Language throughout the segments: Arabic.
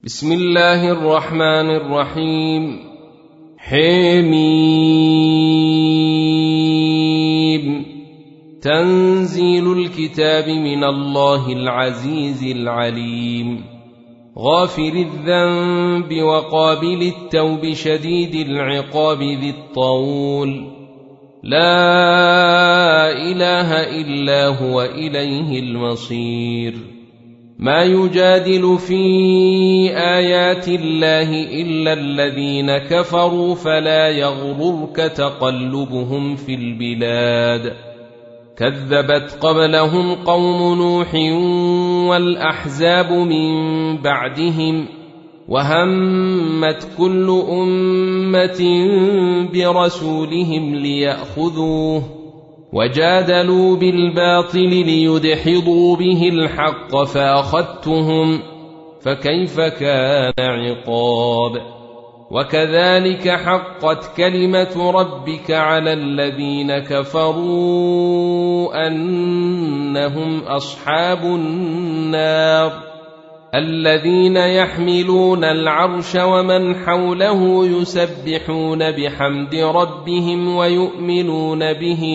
بسم الله الرحمن الرحيم. حميم. تنزيل الكتاب من الله العزيز العليم، غافر الذنب وقابل التوب شديد العقاب ذي الطول، لا إله إلا هو إليه المصير. ما يجادل في آيات الله إلا الذين كفروا، فلا يغررك تقلبهم في البلاد. كذبت قبلهم قوم نوح والأحزاب من بعدهم، وهمت كل أمة برسولهم ليأخذوه، وجادلوا بالباطل ليدحضوا به الحق فأخذتهم، فكيف كان عقاب. وكذلك حقت كلمة ربك على الذين كفروا أنهم أصحاب النار، الذين يحملون العرش ومن حوله يسبحون بحمد ربهم ويؤمنون به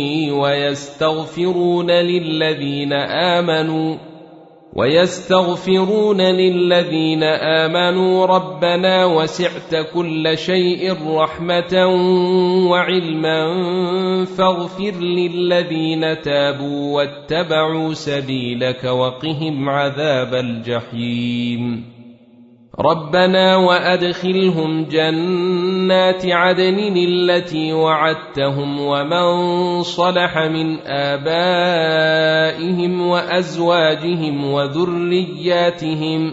ويستغفرون للذين آمنوا ربنا وسعت كل شيء رحمة وعلما فاغفر للذين تابوا واتبعوا سبيلك وقهم عذاب الجحيم. ربنا وأدخلهم جنات عدن التي وعدتهم ومن صلح من آبائهم وأزواجهم وذرياتهم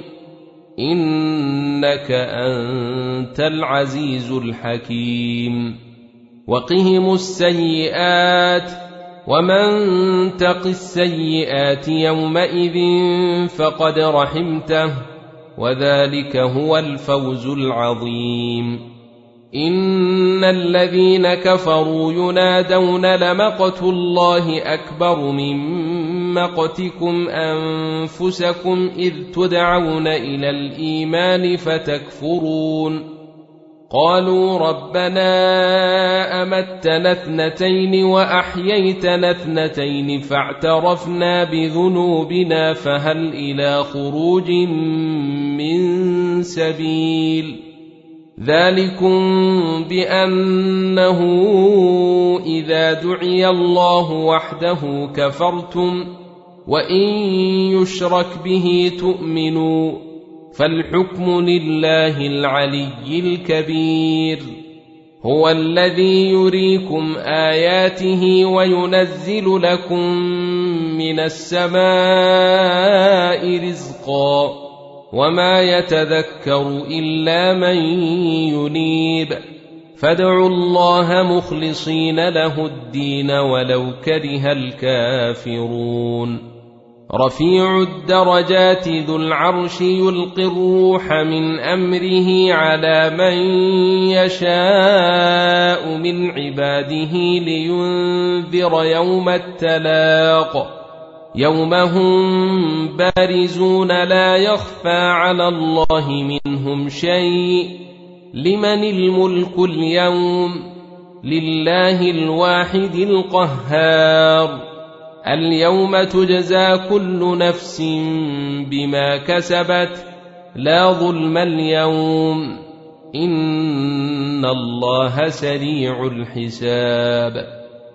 إنك أنت العزيز الحكيم. وقهم السيئات، ومن تق السيئات يومئذ فقد رحمته، وذلك هو الفوز العظيم. إن الذين كفروا ينادون لمقت الله أكبر من مقتكم أنفسكم إذ تدعون إلى الإيمان فتكفرون. قالوا ربنا أمتنا اثنتين وأحييتنا اثنتين فاعترفنا بذنوبنا فهل إلى خروج من سبيل. ذلكم بأنه إذا دعي الله وحده كفرتم، وإن يشرك به تؤمنوا، فالحكم لله العلي الكبير. هو الذي يريكم آياته وينزل لكم من السماء رزقا، وما يتذكر إلا من ينيب. فادعوا الله مخلصين له الدين ولو كره الكافرون. رفيع الدرجات ذو العرش يلقي الروح من أمره على من يشاء من عباده لينذر يوم التلاق، يوم هم بارزون لا يخفى على الله منهم شيء. لمن الملك اليوم؟ لله الواحد القهار. اليوم تجزى كل نفس بما كسبت، لا ظلم اليوم، إن الله سريع الحساب.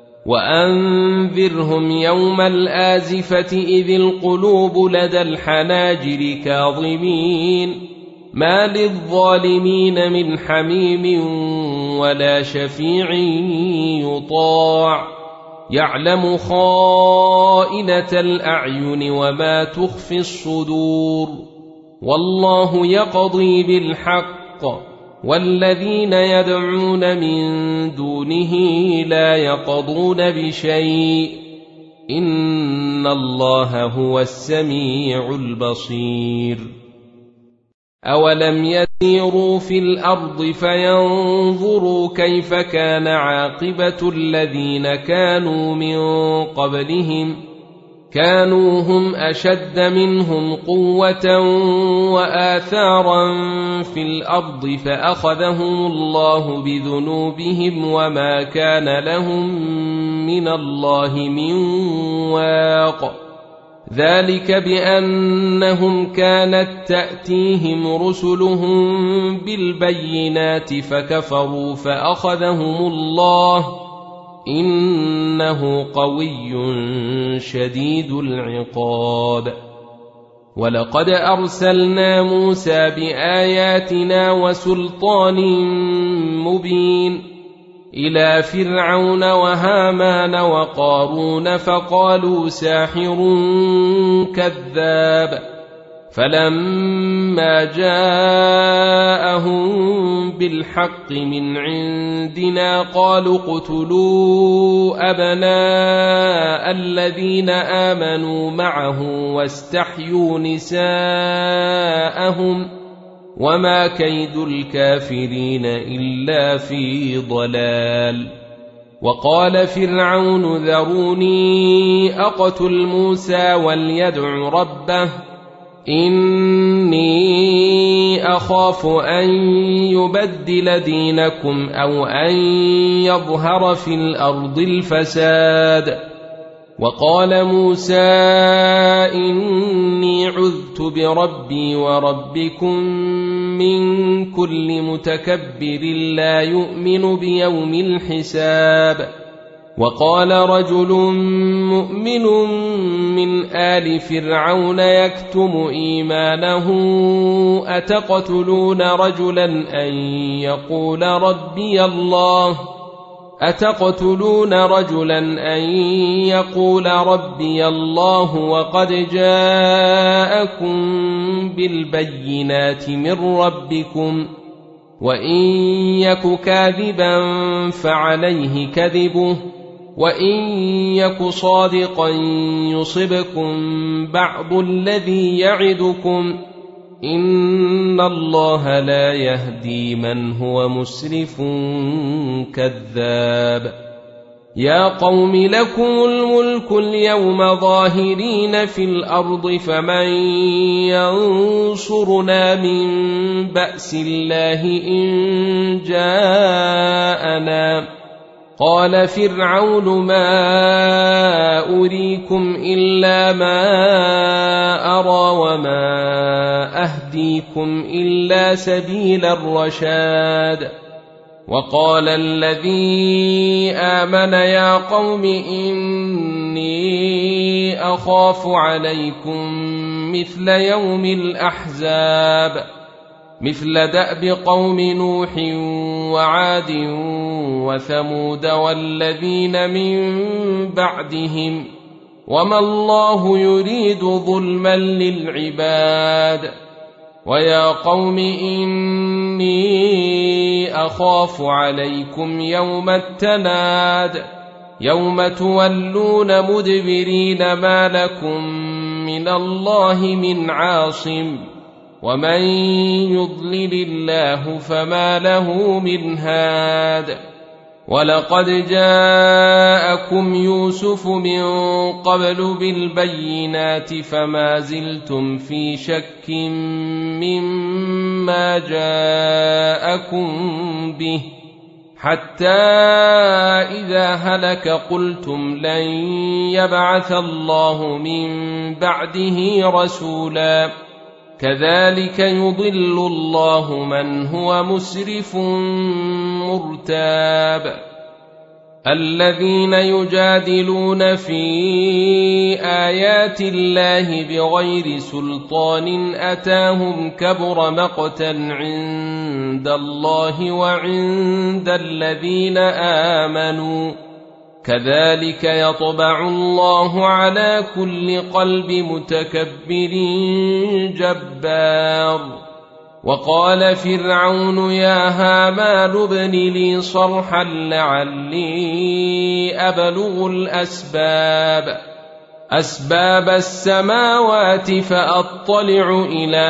وأنذرهم يوم الآزفة إذ القلوب لدى الحناجر كاظمين، ما للظالمين من حميم ولا شفيع يطاع. يعلم خائنة الأعين وما تخفي الصدور، والله يقضي بالحق، والذين يدعون من دونه لا يقضون بشيء، إن الله هو السميع البصير. أولم يسيروا في الأرض فينظروا كيف كان عاقبة الذين كانوا من قبلهم، كانوا هم أشد منهم قوة وآثارا في الأرض فأخذهم الله بذنوبهم وما كان لهم من الله من واق ذلك بأنهم كانت تأتيهم رسلهم بالبينات فكفروا فأخذهم الله إنه قوي شديد العقاب ولقد أرسلنا موسى بآياتنا وسلطان مبين إلى فرعون وهامان وقارون فقالوا ساحر كذاب فلما جاءهم بالحق من عندنا قالوا اقتلوا أبناء الذين آمنوا معه واستحيوا نساءهم وما كيد الكافرين إلا في ضلال وقال فرعون ذروني أقتل موسى وليدع ربه إني أخاف أن يبدل دينكم أو أن يظهر في الأرض الفساد وقال موسى إني عذت بربي وربكم من كل متكبر لا يؤمن بيوم الحساب وقال رجل مؤمن من آل فرعون يكتم إيمانه أتقتلون رجلا أن يقول ربي الله وقد جاءكم بالبينات من ربكم وإن يك كاذبا فعليه كذبه وإن يك صادقا يصبكم بعض الذي يعدكم إن الله لا يهدي من هو مسرف كذاب يا قوم لكم الملك اليوم ظاهرين في الأرض فمن ينصرنا من بأس الله إن جاءنا قال فرعون ما أريكم إلا ما أرى وما أهديكم إلا سبيل الرشاد وقال الذي آمن يا قوم إني أخاف عليكم مثل يوم الأحزاب مثل دأب قوم نوح وعاد وثمود والذين من بعدهم وما الله يريد ظلما للعباد ويا قوم إني أخاف عليكم يوم التناد يوم تولون مدبرين ما لكم من الله من عاصم ومن يضلل الله فما له من هاد ولقد جاءكم يوسف من قبل بالبينات فما زلتم في شك مما جاءكم به حتى إذا هلك قلتم لن يبعث الله من بعده رسولا كذلك يضل الله من هو مسرف مرتاب الذين يجادلون في آيات الله بغير سلطان أتاهم كبر مقتا عند الله وعند الذين آمنوا كذلك يطبع الله على كل قلب متكبر جبار وقال فرعون يا هامان ابن لي صرحا لعلي أبلغ أسباب السماوات فأطلع إلى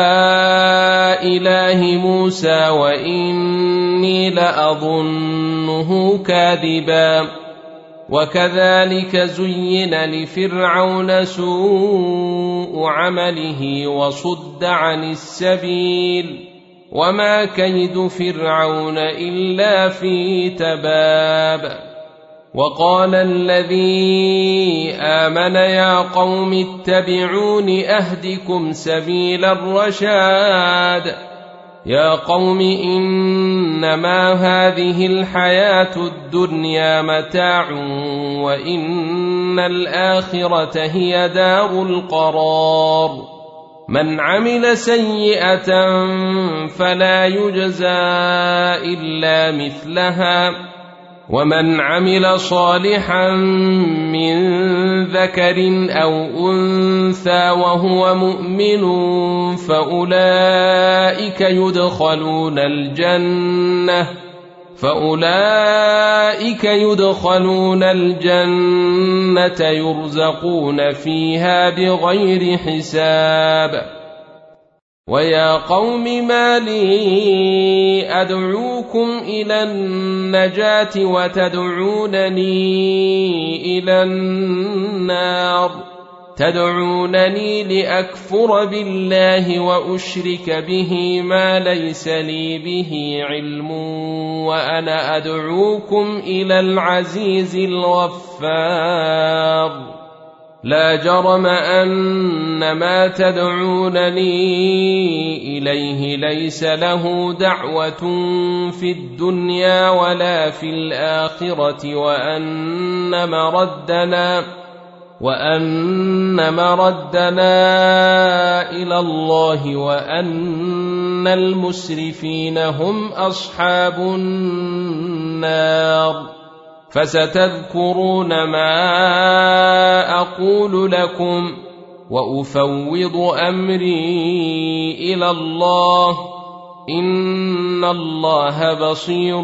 إله موسى وإني لأظنه كاذبا وكذلك زين لفرعون سوء عمله وصد عن السبيل وما كيد فرعون إلا في تباب. وقال الذي آمن يا قوم اتبعون أهدكم سبيل الرشاد. يا قوم إنما هذه الحياة الدنيا متاع وإن الآخرة هي دار القرار. من عمل سيئة فلا يجزى إلا مثلها ومن عمل صالحا من ذكر أو أنثى وهو مؤمن فأولئك يدخلون الجنة يرزقون فيها بغير حساب. ويا قوم ما لي أدعوكم إلى النجاة وتدعونني إلى النار. تدعونني لأكفر بالله وأشرك به ما ليس لي به علم وأنا أدعوكم إلى العزيز الغفار. لا جرم أن ما تدعونني إليه ليس له دعوة في الدنيا ولا في الآخرة وأن مردنا إلى الله وأن المسرفين هم أصحاب النار. فستذكرون ما أقول لكم وأفوض أمري إلى الله إن الله بصير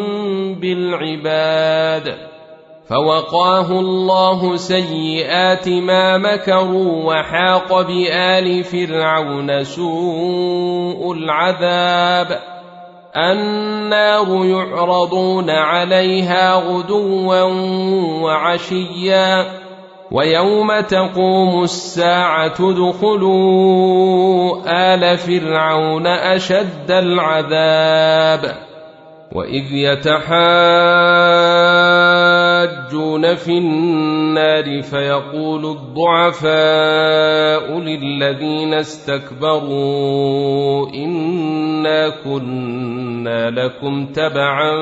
بالعباد. فوقاه الله سيئات ما مكروا وحاق بآل فرعون سوء العذاب. النار يعرضون عليها غدوا وعشيا ويوم تقوم الساعة ادخلوا آل فرعون أشد العذاب. وإذ يتحاجون في النار فيقول الضعفاء للذين استكبروا إنا كنا لكم تبعا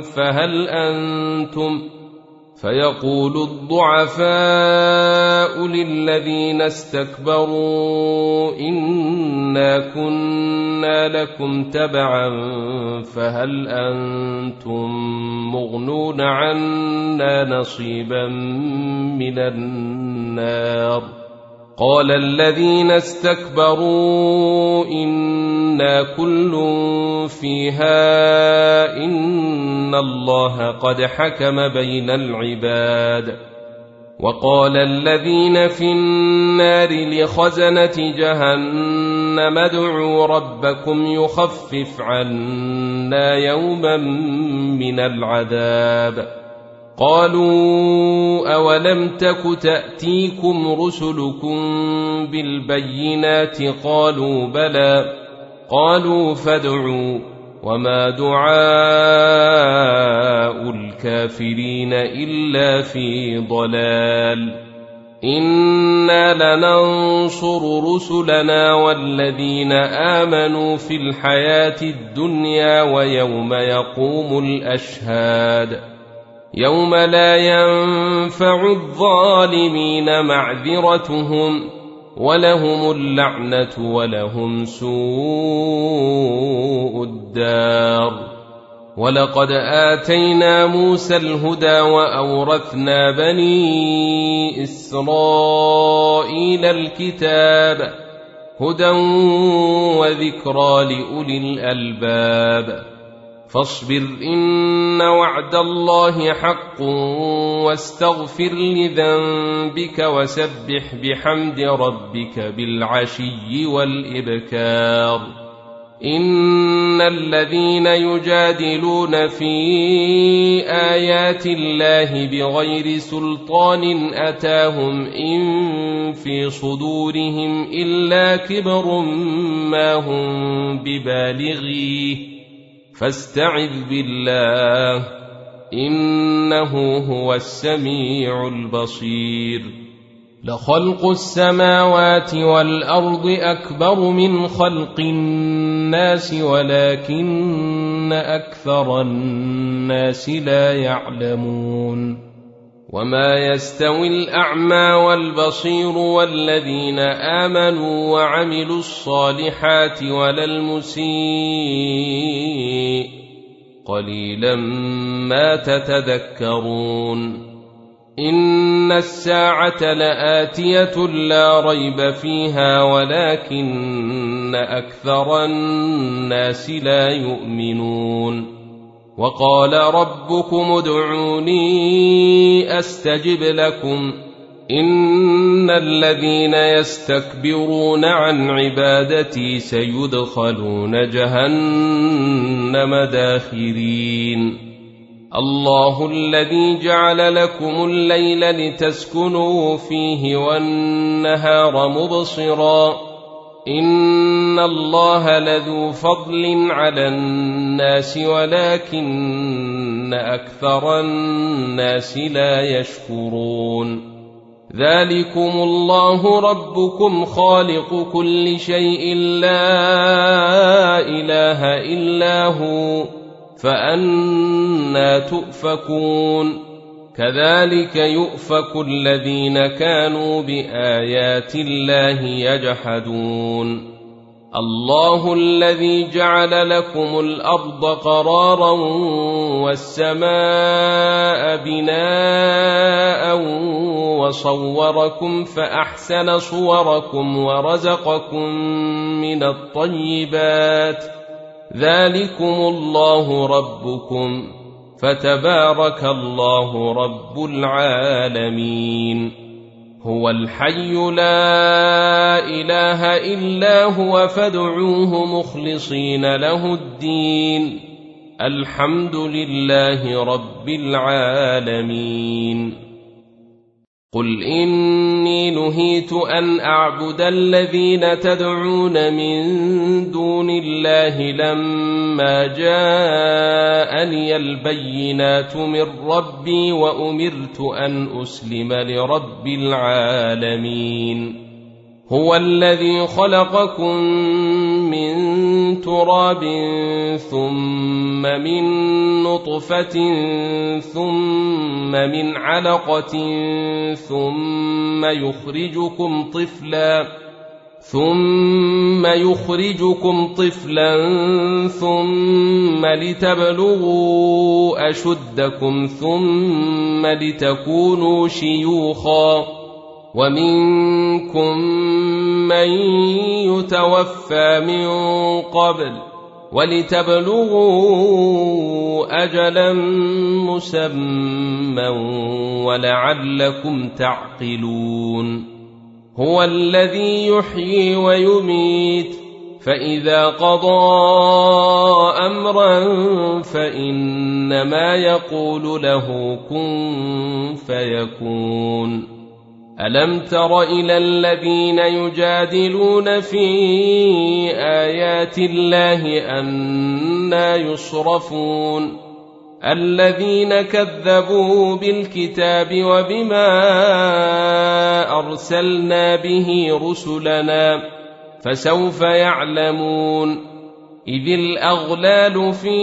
فهل أنتم مغنون عنا نصيبا من النار. قال الذين استكبروا إنا كل فيها إن الله قد حكم بين العباد. وقال الذين في النار لخزنة جهنم ادعوا ربكم يخفف عنا يوما من العذاب. قالوا أولم تك تأتيكم رسلكم بالبينات قالوا بلى. قالوا فادعوا وما دعاء الكافرين إلا في ضلال. إنا لننصر رسلنا والذين آمنوا في الحياة الدنيا ويوم يقوم الأشهاد. يوم لا ينفع الظالمين معذرتهم ولهم اللعنة ولهم سوء الدار. ولقد آتينا موسى الهدى وأورثنا بني إسرائيل الكتاب هدى وذكرى لأولي الألباب. فاصبر إن وعد الله حق واستغفر لذنبك وسبح بحمد ربك بالعشي والإبكار. إن الذين يجادلون في آيات الله بغير سلطان أتاهم إن في صدورهم إلا كبر ما هم ببالغيه فاستعذ بالله إنه هو السميع البصير. لخلق السماوات والأرض أكبر من خلق الناس ولكن أكثر الناس لا يعلمون. وما يستوي الأعمى والبصير والذين آمنوا وعملوا الصالحات ولا المسيء قليلا ما تتذكرون. إن الساعة لآتية لا ريب فيها ولكن أكثر الناس لا يؤمنون. وقال ربكم ادعوني أستجب لكم إن الذين يستكبرون عن عبادتي سيدخلون جهنم داخرين. الله الذي جعل لكم الليل لتسكنوا فيه والنهار مبصرا إن الله لذو فضل على الناس ولكن أكثر الناس لا يشكرون. ذلكم الله ربكم خالق كل شيء لا إله إلا هو فأنى تؤفكون. كذلك يؤفك الذين كانوا بآيات الله يجحدون. الله الذي جعل لكم الأرض قرارا والسماء بناء وصوركم فأحسن صوركم ورزقكم من الطيبات ذلكم الله ربكم فتبارك الله رب العالمين. هو الحي لا إله إلا هو فادعوه مخلصين له الدين الحمد لله رب العالمين. قل إني نهيت أن أعبد الذين تدعون من دون الله لما جاءني البينات من ربي وأمرت أن أسلم لرب العالمين. هو الذي خلقكم من تراب ثم من نطفة ثم من علقة ثم يخرجكم طفلا ثم لتبلغوا أشدكم ثم لتكونوا شيوخا ومنكم من يتوفى من قبل ولتبلغوا أجلا مسمى ولعلكم تعقلون. هو الذي يحيي ويميت فإذا قضى أمرا فإنما يقول له كن فيكون. ألم تر إلى الذين يجادلون في آيات الله أنى يصرفون الذين كذبوا بالكتاب وبما أرسلنا به رسلنا فسوف يعلمون. إذ الأغلال في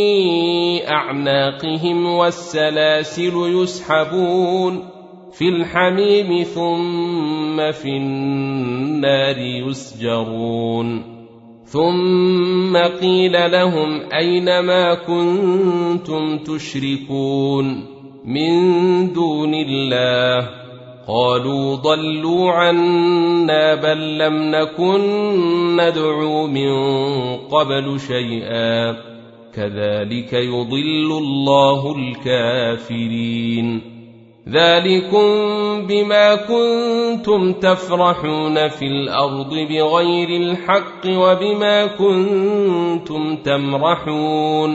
أعناقهم والسلاسل يسحبون في الحميم ثم في النار يسجرون. ثم قيل لهم أين ما كنتم تشركون من دون الله قالوا ضلوا عنا بل لم نكن ندعو من قبل شيئا كذلك يضل الله الكافرين. ذلكم بما كنتم تفرحون في الأرض بغير الحق وبما كنتم تمرحون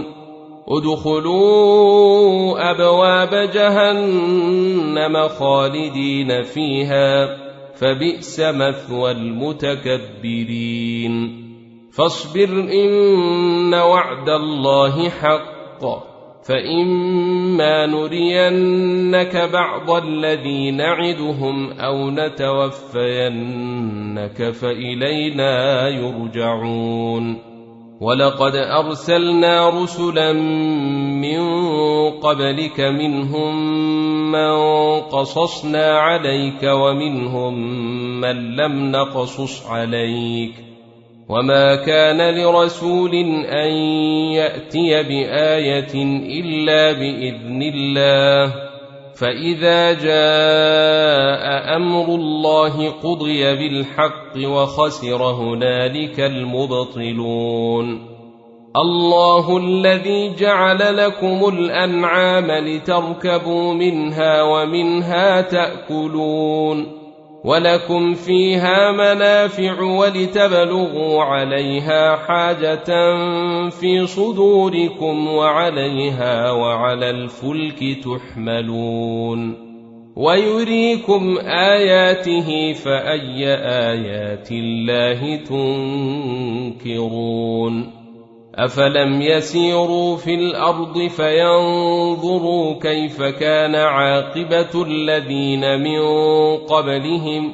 ادخلوا أبواب جهنم خالدين فيها فبئس مثوى المتكبرين فاصبر إن وعد الله حق فإما نرينك بعض الذي نعدهم أو نتوفينك فإلينا يرجعون ولقد أرسلنا رسلا من قبلك منهم من قصصنا عليك ومنهم من لم نقصص عليك وما كان لرسول أن يأتي بآية إلا بإذن الله فإذا جاء أمر الله قضي بالحق وخسر هنالك المبطلون الله الذي جعل لكم الأنعام لتركبوا منها ومنها تأكلون ولكم فيها منافع ولتبلغوا عليها حاجة في صدوركم وعليها وعلى الفلك تحملون ويريكم آياته فأي آيات الله تنكرون أفلم يسيروا في الأرض فينظروا كيف كان عاقبة الذين من قبلهم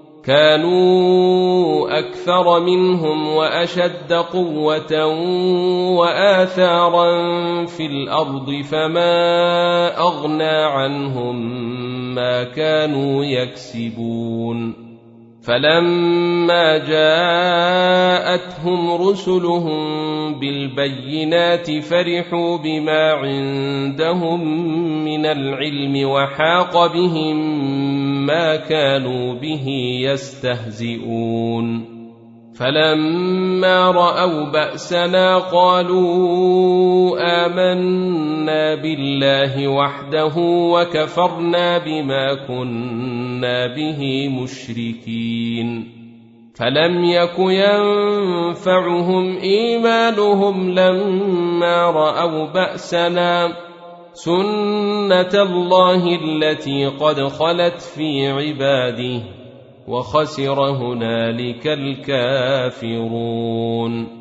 كانوا أكثر منهم وأشد قوة وآثارا في الأرض فما أغنى عنهم ما كانوا يكسبون فلما جاءتهم رسلهم بالبينات فرحوا بما عندهم من العلم وحاق بهم ما كانوا به يستهزئون فلما رأوا بأسنا قالوا آمنا بالله وحده وكفرنا بما كنا به مشركين فلم يك ينفعهم إيمانهم لما رأوا بأسنا سنة الله التي قد خلت في عباده وخسر هنالك الكافرون